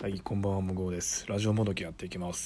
はい、こんばんは、むごうです。ラジオもどきやっていきます。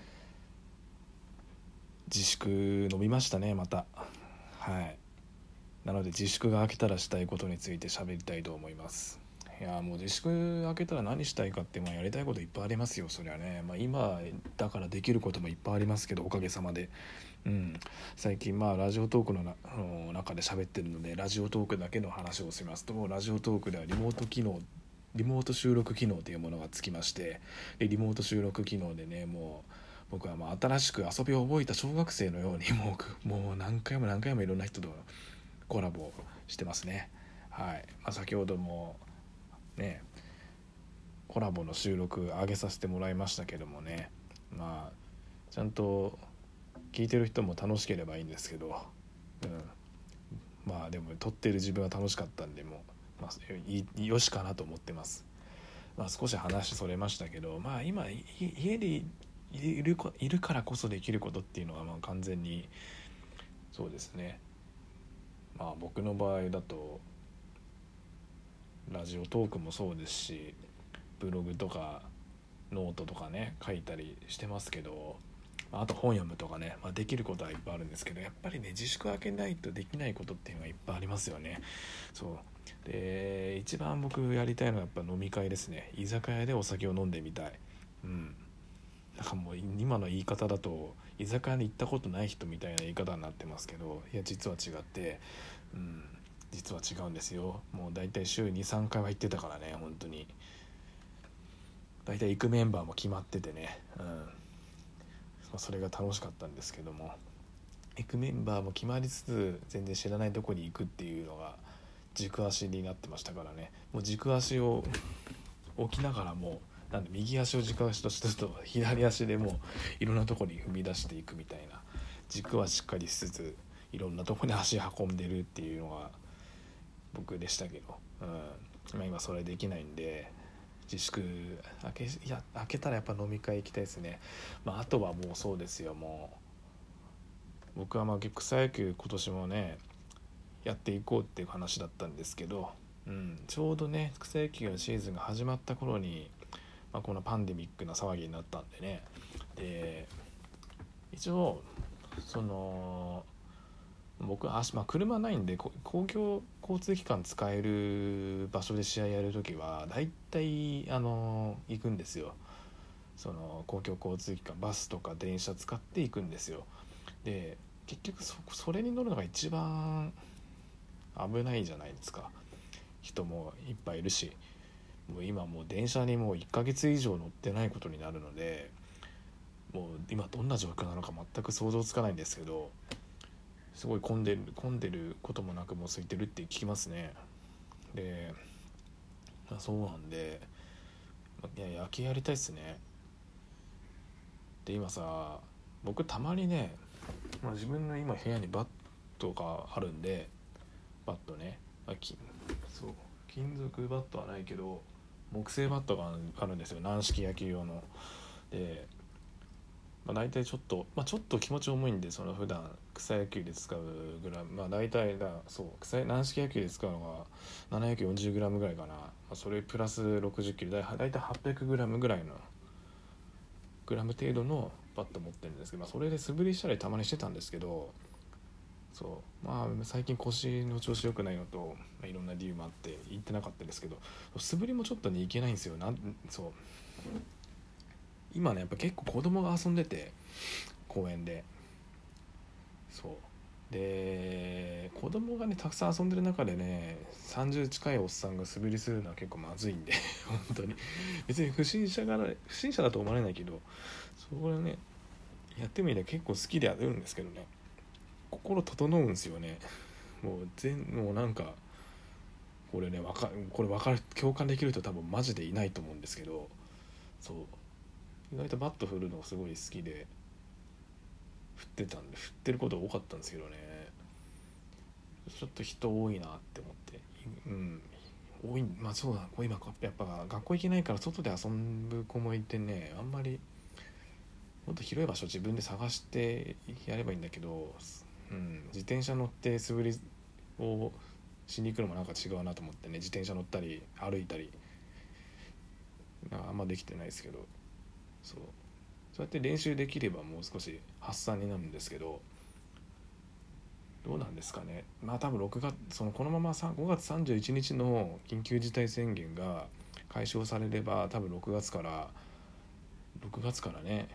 自粛伸びましたね、また。はい。なので自粛が明けたらしたいことについて喋りたいと思います。いやもう自粛明けたら何したいかって、やりたいこといっぱいありますよ、そりゃね。今だからできることもいっぱいありますけど、おかげさまで。最近ラジオトークの中で喋ってるので、ラジオトークだけの話をしますと、ラジオトークではリモート収録機能というものがつきまして、でリモート収録機能でね、もう僕は新しく遊びを覚えた小学生のようにもう何回も何回もいろんな人とコラボしてますね。はい。先ほどもねコラボの収録上げさせてもらいましたけどもね、ちゃんと聞いてる人も楽しければいいんですけど、でも撮ってる自分は楽しかったんで、よしかなと思ってます。少し話それましたけど、今家でいるからこそできることっていうのは完全にそうですね。僕の場合だとラジオトークもそうですし、ブログとかノートとかね書いたりしてますけど、あと本読むとかね、できることはいっぱいあるんですけど、やっぱりね自粛明けないとできないことっていうのがいっぱいありますよね。そうで、一番僕やりたいのはやっぱ飲み会ですね。居酒屋でお酒を飲んでみたい。なんかもう今の言い方だと居酒屋に行ったことない人みたいな言い方になってますけど、いや実は違って、実は違うんですよ。もうだいたい週2、3回は行ってたからね、本当に。だいたい行くメンバーも決まっててね、それが楽しかったんですけども、行くメンバーも決まりつつ全然知らないとこに行くっていうのが軸足になってましたからね。もう軸足を置きながらも、なんで右足を軸足としてると左足でもういろんなとこに踏み出していくみたいな、軸はしっかりしつついろんなとこに足運んでるっていうのが僕でしたけど、今それできないんで、自粛明けたらやっぱ飲み会行きたいですね。あとはもうそうですよ。もう僕は草野球今年もねやっていこうっていう話だったんですけど、ちょうどね草野球のシーズンが始まった頃に、このパンデミックな騒ぎになったんでね。で一応その僕は車ないんで、公共交通機関使える場所で試合やるときはだいたい行くんですよ。その公共交通機関バスとか電車使って行くんですよ。で結局それに乗るのが一番危ないじゃないですか。人もいっぱいいるし、もう今もう電車にもう1ヶ月以上乗ってないことになるので、もう今どんな状況なのか全く想像つかないんですけど、すごい混んでることもなくもう空いてるって聞きますね。で、そうなんで、野球やりたいっすね。で今さ、僕たまにね、自分の今部屋にバットがあるんで、バットね、そう金属バットはないけど木製バットがあるんですよ、軟式野球用の。で、大体ちょっと気持ち重いんで、その普段草野球で使うグラム、大体軟式野球で使うのが 740g ぐらいかな、それプラス60キロだいたい 800g ぐらいのグラム程度のバット持ってるんですけど、それで素振りしたりたまにしてたんですけど、最近腰の調子良くないのと、いろんな理由もあって行ってなかったですけど、素振りもちょっとねいけないんですよ。今ねやっぱ結構子供が遊んでて、公園で、で子供がねたくさん遊んでる中でね、30近いおっさんが素振りするのは結構まずいんで本当に別に不審者だと思われないけど、そこでねやってみて結構好きでやるんですけどね、心整うんですよね。もうなんかこれね分かる、共感できる人多分マジでいないと思うんですけど、意外とバット振るのがすごい好きで振ってることが多かったんですけどね、ちょっと人多いなって思って。多い。そうだ、今やっぱ学校行けないから外で遊ぶ子もいてね、あんまりもっと広い場所自分で探してやればいいんだけど、自転車乗って素振りをしに行くのもなんか違うなと思ってね、自転車乗ったり歩いたりあんまできてないですけど、そうやって練習できればもう少し発散になるんですけど、どうなんですかね。まあ多分6月このまま5月31日の緊急事態宣言が解消されれば、多分6月からね、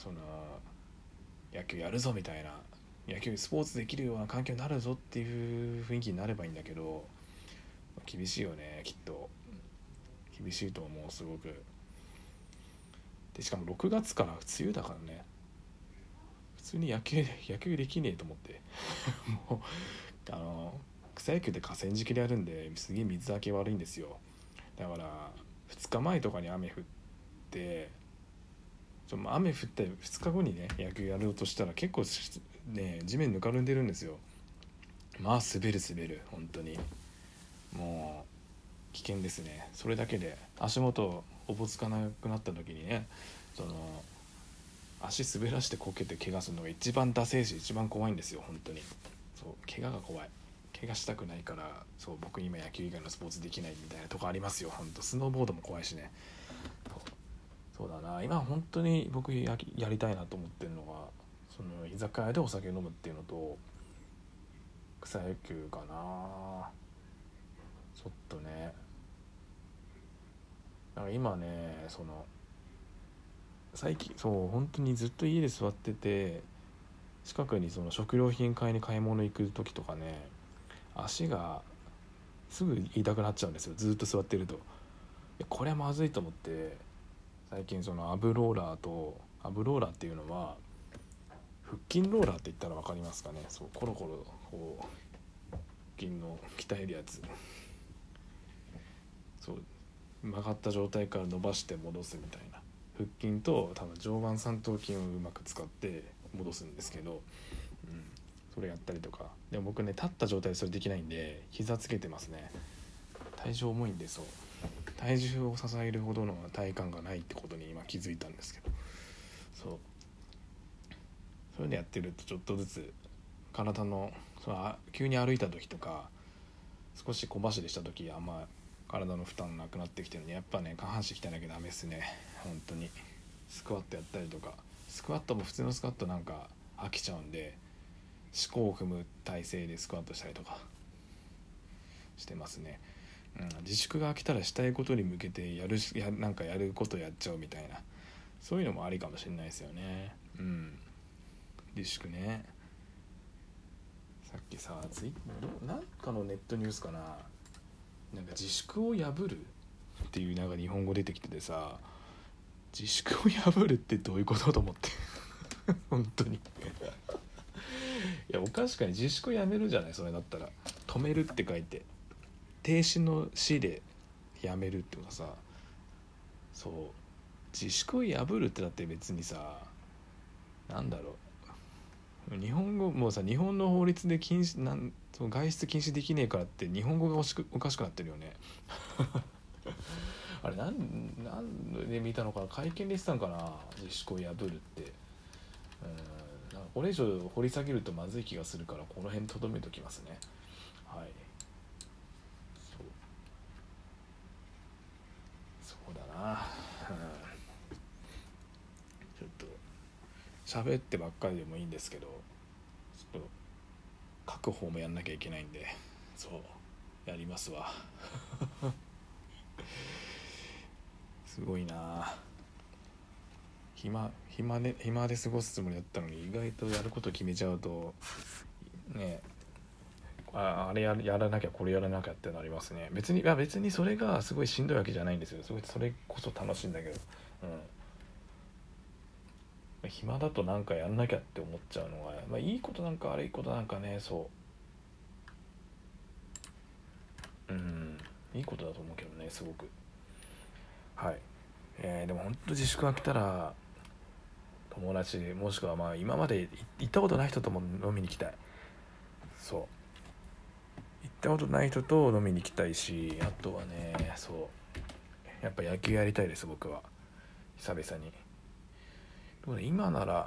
野球やるぞみたいな、野球スポーツできるような環境になるぞっていう雰囲気になればいいんだけど、厳しいよね、きっと厳しいと思う、すごく。でしかも6月から梅雨だからね、普通に野球できねえと思ってもう草野球って河川敷でやるんですげえ水はけ悪いんですよ。だから2日前とかに雨降って、雨降って2日後にね野球やろうとしたら結構ね地面ぬかるんでるんですよ。まあ滑る本当にもう危険ですね。それだけで足元おぼつかなくなった時にね、足滑らしてこけて怪我するのが一番ダセーし一番怖いんですよ本当に。怪我が怖い。怪我したくないから、僕今野球以外のスポーツできないみたいなとこありますよ本当。スノーボードも怖いしね。そうだな、今本当に僕やりたいなと思ってるのが居酒屋でお酒飲むっていうのと草野球かな。ちょっとね、なんか今ね最近本当にずっと家で座ってて、近くに食料品買いに買い物行く時とかね、足がすぐ痛くなっちゃうんですよ、ずっと座ってると。これはまずいと思って、最近アブローラーっていうのは腹筋ローラーって言ったら分かりますかね。コロコロこう腹筋の鍛えるやつ、曲がった状態から伸ばして戻すみたいな、腹筋と多分上腕三頭筋をうまく使って戻すんですけど、それやったりとか。でも僕ね立った状態でそれできないんで膝つけてますね。体重重いんで、体重を支えるほどの体幹がないってことに今気づいたんですけど、そういうのやってるとちょっとずつ体の急に歩いた時とか少し小走りした時あんま体の負担なくなってきてるのに、やっぱね下半身鍛えなきゃダメですね本当に。スクワットやったりとか、スクワットも普通のスクワットなんか飽きちゃうんで、四股を踏む体勢でスクワットしたりとかしてますね。自粛が飽きたらしたいことに向けてなんかやることやっちゃうみたいな、そういうのもありかもしれないですよね。自粛ね。さっきなんかのネットニュースかな、なんか自粛を破るっていうなんか日本語出てきててさ、自粛を破るってどういうことと思って本当にいやおかしくない。自粛をやめるじゃない、それだったら。止めるって書いて停止の止でやめるってことさ、自粛を破るってだって別にさ、なんだろう、日本語もう日本の法律で外出禁止できねえからって日本語がおかしくなってるよねあれなんで見たのかな、会見で言ってたのかな、自粛を破るって。なんかこれ以上掘り下げるとまずい気がするからこの辺とどめときますね。はい、そうだな、ちょっと喋ってばっかりでもいいんですけど、ちょっと書く方もやんなきゃいけないんで、やりますわすごいな。暇で過ごすつもりだったのに意外とやること決めちゃうとね、あれやらなきゃこれやらなきゃってなりますね。別にそれがすごいしんどいわけじゃないんですよ。すごいそれこそ楽しいんだけど、暇だとなんかやんなきゃって思っちゃうのが、いいことなんか悪いことなんかね、いいことだと思うけどね、すごく。はい、でも本当自粛が来たら友達もしくは今まで行ったことない人とも飲みに行きたい。行ったことない人と飲みに行きたいし、あとはねやっぱ野球やりたいです僕は、久々に。でもね、今なら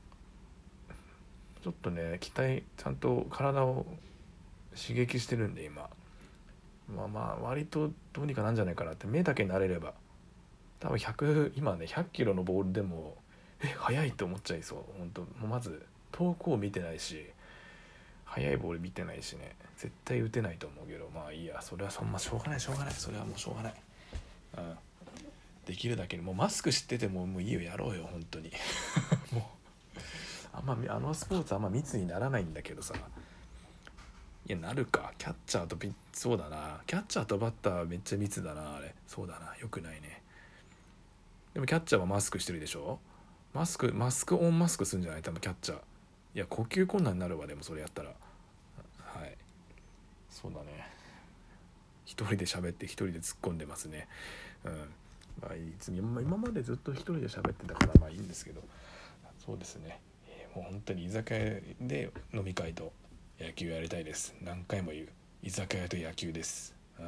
ちょっとねちゃんと体を刺激してるんで今割とどうにかなんじゃないかなって。目だけ慣れれば多分100今ね100キロのボールでも速いと思っちゃいそう。本当もうまず遠くを見てないし速いボール見てないしね、絶対打てないと思うけど、まあいいや、それはしょうがないそれはもうしょうがない。うん、できるだけもうマスクしててももういいよ、やろうよ本当にもうあんまあのスポーツあんま密にならないんだけどさ。いやなるか、キャッチャーとそうだな、キャッチャーとバッターめっちゃ密だなあれ。そうだな、よくないね。でもキャッチャーはマスクしてるでしょ。マスクオンマスクするんじゃない多分キャッチャー。いや呼吸困難になるわ、でもそれやったら。はい、そうだね。一人で喋って一人で突っ込んでますね。うん、まあいつも今までずっと一人で喋ってたからまあいいんですけど、そうですね、もう本当に居酒屋で飲み会と野球やりたいです。何回も言う、居酒屋と野球です。うん、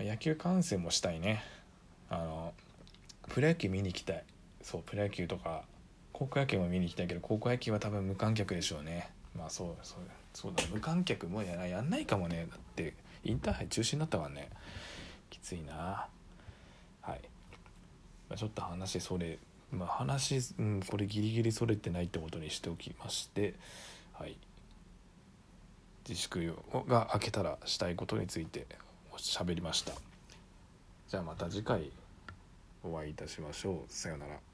野球観戦もしたいね。プロ野球見に行きたい。そうプロ野球とか高校野球も見に行きたいけど、高校野球は多分無観客でしょうね。まあそうだ、無観客もやんないかもね。だってインターハイ中止になったからね、きついな。はい、ちょっと話それ、これギリギリそれてないってことにしておきまして、はい、自粛が明けたらしたいことについて喋りました。じゃあまた次回お会いいたしましょう。さようなら。